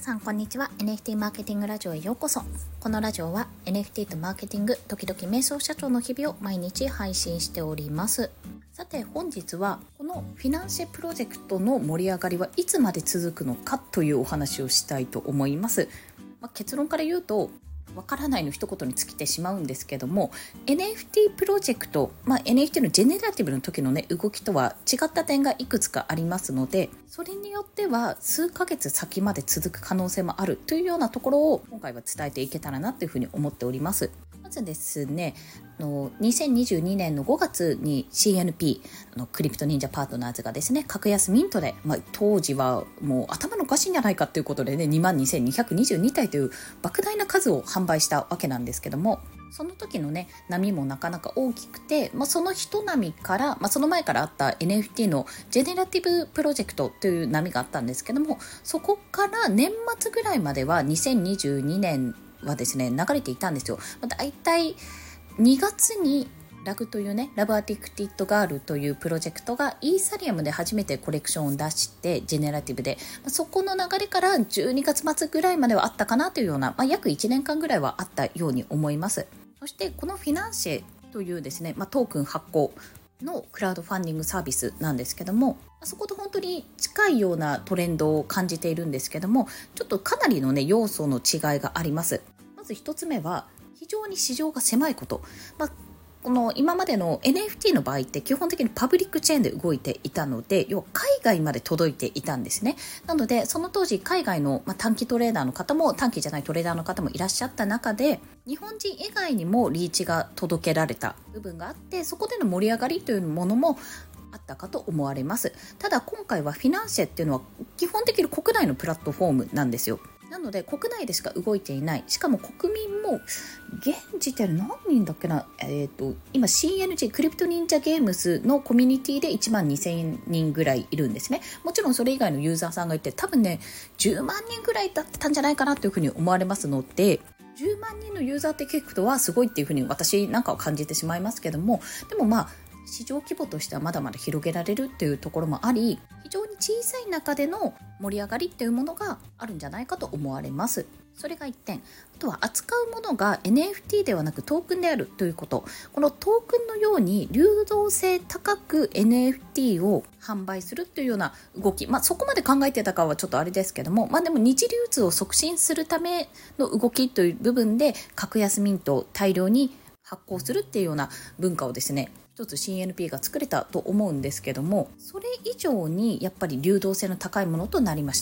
さんこんにちは。 NFT マーケティングラジオへようこそ。このラジオは NFT とマーケティング、時々瞑想社長の日々を毎日配信しております。さて本日はこのフィナンシェプロジェクトの盛り上がりはいつまで続くのかというお話をしたいと思います。結論から言うとわからないの一言に尽きてしまうんですけども、 NFT プロジェクト、NFT のジェネラティブの時の動きとは違った点がいくつかありますので、それによっては数ヶ月先まで続く可能性もあるというようなところを今回は伝えていけたらなというふうに思っております。まずですね、2022年の5月に CNP クリプト忍者パートナーズがですね、格安ミントで、当時はもう頭のおかしいんじゃないかということでね、22,222体という莫大な数を販売したわけなんですけども、その時のね波もなかなか大きくて、その一波から、その前からあった NFT のジェネラティブプロジェクトという波があったんですけども、そこから年末ぐらいまでは2022年はですね流れていたんですよ。だいたい2月にラグというね、ラブアディクティッドガールというプロジェクトがイーサリアムで初めてコレクションを出してジェネラティブで、そこの流れから12月末ぐらいまではあったかなというような、約1年間ぐらいはあったように思います。そしてこのフィナンシェというですね、トークン発行のクラウドファンディングサービスなんですけども、そこと本当に近いようなトレンドを感じているんですけども、ちょっとかなりのね要素の違いがあります。まず一つ目は非常に市場が狭いこと。この今までの NFT の場合って基本的にパブリックチェーンで動いていたので、要は海外まで届いていたんですね。なのでその当時海外の短期トレーダーの方も短期じゃないトレーダーの方もいらっしゃった中で、日本人以外にもリーチが届けられた部分があって、そこでの盛り上がりというものもあったかと思われます。ただ今回はフィナンシェっていうのは基本的に国内のプラットフォームなんですよ。なので国内でしか動いていない。しかも国民も現時点何人だっけな、今 CNG クリプト忍者ゲームスのコミュニティで1万2000人ぐらいいるんですね。もちろんそれ以外のユーザーさんがいて、多分ね10万人ぐらいだったんじゃないかなというふうに思われますので、10万人のユーザーって聞くとはすごいっていうふうに私なんかは感じてしまいますけども、でも市場規模としてはまだまだ広げられるっていうところもあり、非常に小さい中での盛り上がりっていうものがあるんじゃないかと思われます。それが1点。あとは扱うものが NFT ではなくトークンであるということ。このトークンのように流動性高く NFT を販売するというような動き、そこまで考えてたかはちょっとあれですけども、でも二次流通を促進するための動きという部分で格安ミントを大量に発行するっていうような文化をですね、一つ CNP が作れたと思うんですけども、それ以上にやっぱり流動性の高いものとなりました。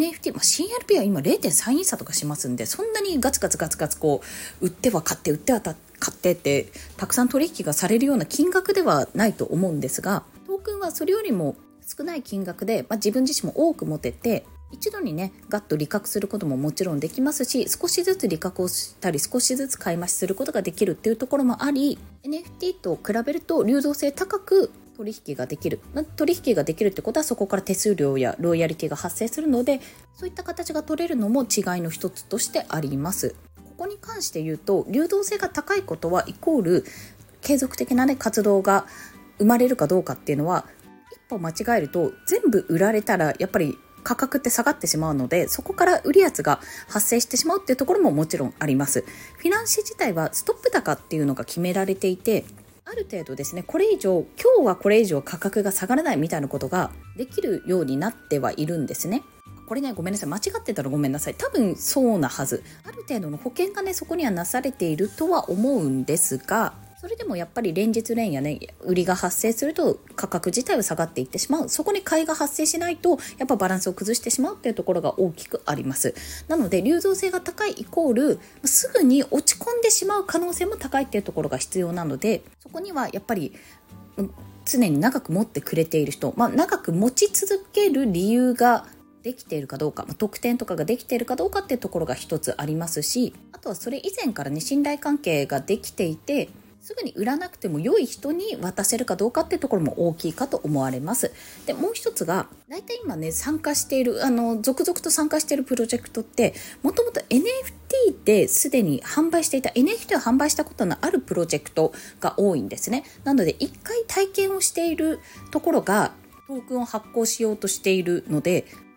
NFT、CNP は今 0.3 イーサとかしますんで、そんなにガツガツこう売っては買って売っては買ってってたくさん取引がされるような金額ではないと思うんですが、トークンはそれよりも少ない金額で、自分自身も多く持てて、一度にねガッと利確することももちろんできますし、少しずつ利確をしたり少しずつ買い増しすることができるっていうところもあり、 NFT と比べると流動性高く取引ができる。取引ができるってことはそこから手数料やロイヤリティが発生するので、そういった形が取れるのも違いの一つとしてあります。ここに関して言うと、流動性が高いことはイコール継続的な活動が生まれるかどうかっていうのは、一歩間違えると全部売られたらやっぱり価格って下がってしまうので、そこから売り圧が発生してしまうっていうところももちろんあります。フィナンシェ自体はストップ高っていうのが決められていて、ある程度ですね、今日はこれ以上価格が下がらないみたいなことができるようになってはいるんですね。これね、ごめんなさい、間違ってたらごめんなさい。多分そうなはず。ある程度の保険がねそこにはなされているとは思うんですが、それでもやっぱり連日連夜ね売りが発生すると価格自体は下がっていってしまう。そこに買いが発生しないとやっぱバランスを崩してしまうっていうところが大きくあります。なので流動性が高いイコールすぐに落ち込んでしまう可能性も高いっていうところが必要なので、そこにはやっぱり常に長く持ってくれている人、長く持ち続ける理由ができているかどうか、特典とかができているかどうかっていうところが一つありますし、あとはそれ以前からね信頼関係ができていて、すぐに売らなくても良い人に渡せるかどうかっていうところも大きいかと思われます。でもう一つが、だいたい今ね参加している続々と参加しているプロジェクトってもともと NFT ですでに販売していた NFT を販売したことのあるプロジェクトが多いんですね。なので一回体験をしているところがトークンを発行しようとしているので、では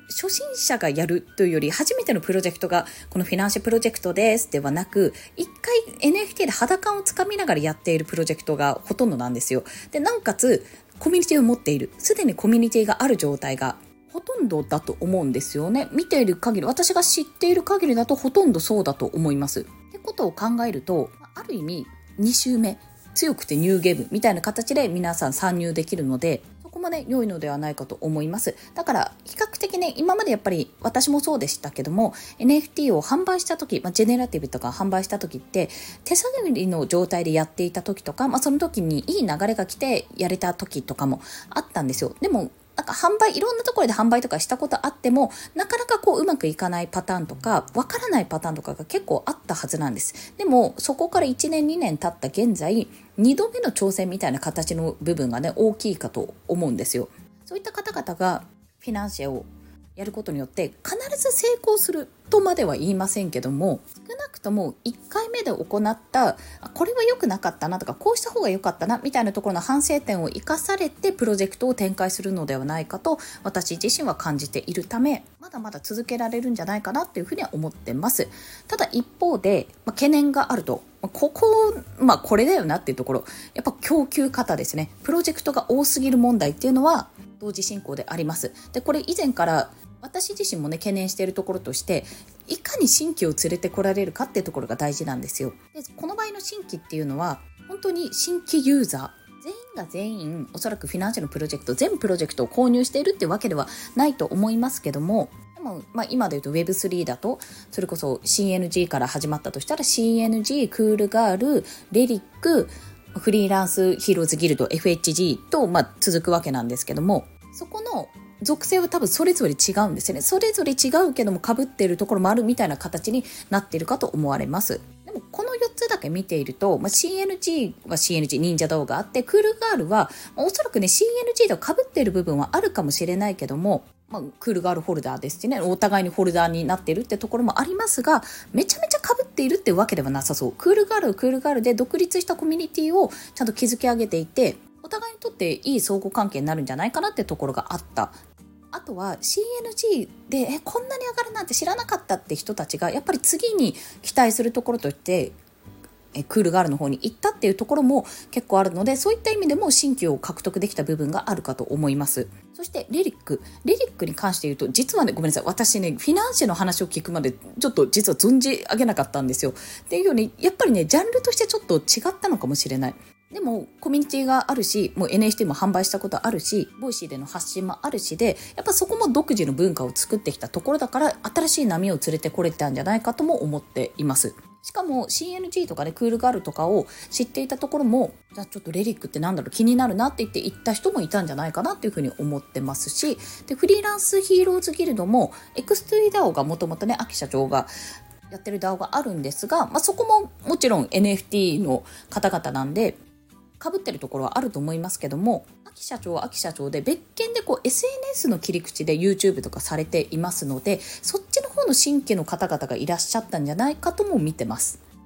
初心者がやるというより、初めてのプロジェクトがこのフィナンシェプロジェクトですではなく、一回 NFT で肌感をつかみながらやっているプロジェクトがほとんどなんですよ。で、なおかつコミュニティを持っている、すでにコミュニティがある状態がほとんどだと思うんですよね。見ている限り、私が知っている限りだとほとんどそうだと思います。ってことを考えると、ある意味2周目、強くてニューゲームみたいな形で皆さん参入できるので、そこもね、良いのではないかと思います。だから比較的ね、今までやっぱり私もそうでしたけども、 NFT を販売した時、ジェネラティブとか販売した時って手探りの状態でやっていた時とか、その時にいい流れが来てやれた時とかもあったんですよ。でもなんかいろんなところで販売とかしたことあっても、なかなかうまくいかないパターンとか、わからないパターンとかが結構あったはずなんです。でも、そこから1年2年経った現在、2度目の挑戦みたいな形の部分がね、大きいかと思うんですよ。そういった方々がフィナンシェをやることによって必ず成功するとまでは言いませんけども、少なくとも1回目で行ったこれは良くなかったなとか、こうした方が良かったなみたいなところの反省点を生かされてプロジェクトを展開するのではないかと私自身は感じているため、まだまだ続けられるんじゃないかなというふうには思ってます。ただ一方で、懸念があると、これだよなっていうところ、やっぱ供給方ですね。プロジェクトが多すぎる問題っていうのは同時進行であります。で、これ以前から私自身もね、懸念しているところとして、いかに新規を連れてこられるかっていうところが大事なんですよ。で、この場合の新規っていうのは本当に新規ユーザー全員おそらくフィナンシェルのプロジェクト、全プロジェクトを購入しているっていうわけではないと思いますけども、でも今で言うと Web3 だと、それこそ CNG から始まったとしたら CNG、クールガール、レリック、フリーランスヒーローズギルド FHG と続くわけなんですけども、そこの属性は多分それぞれ違うんですよね。それぞれ違うけども被っているところもあるみたいな形になっているかと思われます。でもこの4つだけ見ていると、CNG は CNG 忍者動画あって、クールガールはおそらくね CNG と被っている部分はあるかもしれないけども、クールガールホルダーですしね、お互いにホルダーになっているってところもありますが、めちゃめちゃ被っているってわけではなさそう。クールガールで独立したコミュニティをちゃんと築き上げていて、お互いにとっていい相互関係になるんじゃないかなってところがあった。あとは CNG でこんなに上がるなんて知らなかったって人たちがやっぱり次に期待するところとしてクールガールの方に行ったっていうところも結構あるので、そういった意味でも新規を獲得できた部分があるかと思います。そしてレリックに関して言うと、実はね、ごめんなさい、私ねフィナンシェの話を聞くまでちょっと実は存じ上げなかったんですよ。っていうようにやっぱりね、ジャンルとしてちょっと違ったのかもしれない。でもコミュニティがあるし、もう NFT も販売したことあるし、ボイシーでの発信もあるしで、やっぱそこも独自の文化を作ってきたところだから、新しい波を連れてこれたんじゃないかとも思っています。しかも CNG とかね、クールガールとかを知っていたところも、じゃあちょっとレリックってなんだろう、気になるなって言って行った人もいたんじゃないかなっていうふうに思ってますし、でフリーランスヒーローズギルドもエクストゥイダオがもともとね、秋社長がやってる DAO があるんですが、そこももちろん NFT の方々なんで被ってるところはあると思いますけども、秋社長は秋社長で別件でSNS の切り口で YouTube とかされていますので、そっちの方の新規の方々がいらっしゃったんじゃないかとも見てます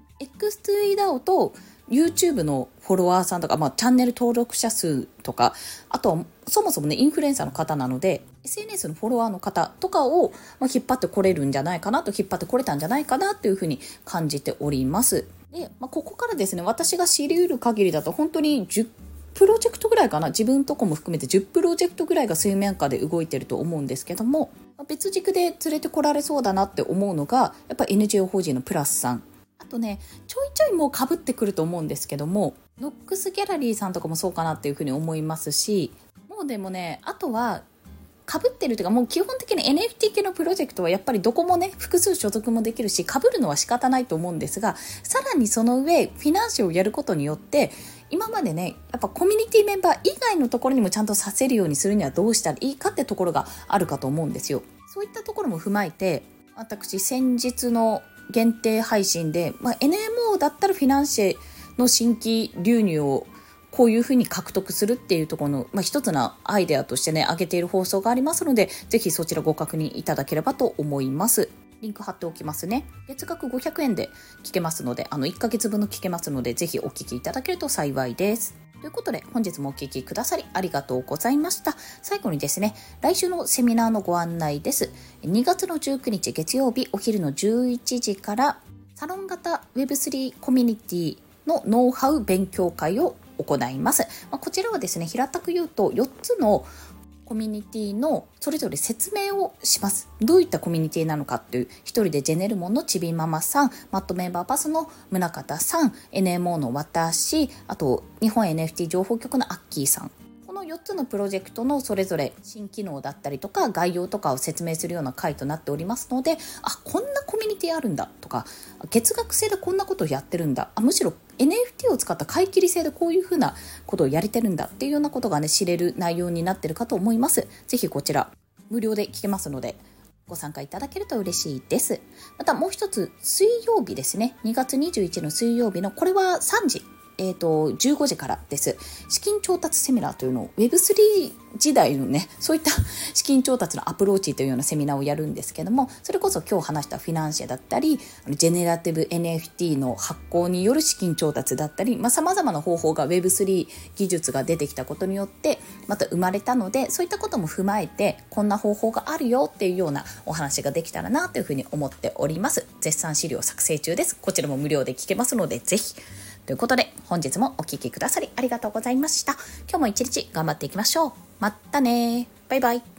。X2EDAO と YouTube のフォロワーさんとか、チャンネル登録者数とか、あとはそもそもねインフルエンサーの方なので SNS のフォロワーの方とかを、引っ張ってこれるんじゃないかなと、引っ張ってこれたんじゃないかなというふうに感じております。で、ここからですね、私が知り得る限りだと本当に10プロジェクトぐらいかな、自分とこも含めて10プロジェクトぐらいが水面下で動いてると思うんですけども、別軸で連れてこられそうだなって思うのがやっぱ NGO 法人のプラスさん、あとねちょいちょいもう被ってくると思うんですけども、ノックスギャラリーさんとかもそうかなっていうふうに思いますし、もうでもね、あとは被ってるというか、もう基本的に NFT 系のプロジェクトはやっぱりどこもね複数所属もできるし、被るのは仕方ないと思うんですが、さらにその上フィナンシェをやることによって今までね、やっぱコミュニティメンバー以外のところにもちゃんとさせるようにするにはどうしたらいいかってところがあるかと思うんですよ。そういったところも踏まえて、私先日の限定配信で、NMO だったらフィナンシェの新規流入をこういうふうに獲得するっていうところの、一つのアイデアとしてね挙げている放送がありますので、ぜひそちらご確認いただければと思います。リンク貼っておきますね。月額500円で聞けますので、1ヶ月分の聞けますので、ぜひお聞きいただけると幸いです。 ということで本日もお聞きくださりありがとうございました。最後にですね、来週のセミナーのご案内です。2月の19日月曜日お昼の11時からサロン型 Web3 コミュニティのノウハウ勉強会を行います。こちらはですね、平たく言うと4つのコミュニティのそれぞれ説明をします。どういったコミュニティなのかっていう、一人でジェネルモンのちびママさん、マットメンバーパスの宗方さん、NMO の私、あと日本 NFT 情報局のアッキーさん。この4つのプロジェクトのそれぞれ新機能だったりとか概要とかを説明するような回となっておりますので、こんなコミュニティあるんだとか、月額制でこんなことをやってるんだ、むしろ NFT を使った買い切り制でこういうふうなことをやれてるんだっていうようなことがね、知れる内容になってるかと思います。ぜひこちら無料で聞けますのでご参加いただけると嬉しいです。またもう一つ、水曜日ですね、2月21日の水曜日のこれは3時15時からです。資金調達セミナーというのを Web3 時代のね、そういった資金調達のアプローチというようなセミナーをやるんですけども、それこそ今日話したフィナンシェだったり、ジェネラティブ NFT の発行による資金調達だったり、様々な方法が Web3 技術が出てきたことによってまた生まれたので、そういったことも踏まえてこんな方法があるよっていうようなお話ができたらなというふうに思っております。絶賛資料作成中です。こちらも無料で聞けますのでぜひ。ということで本日もお聞きくださりありがとうございました。今日も一日頑張っていきましょう。またね。バイバイ。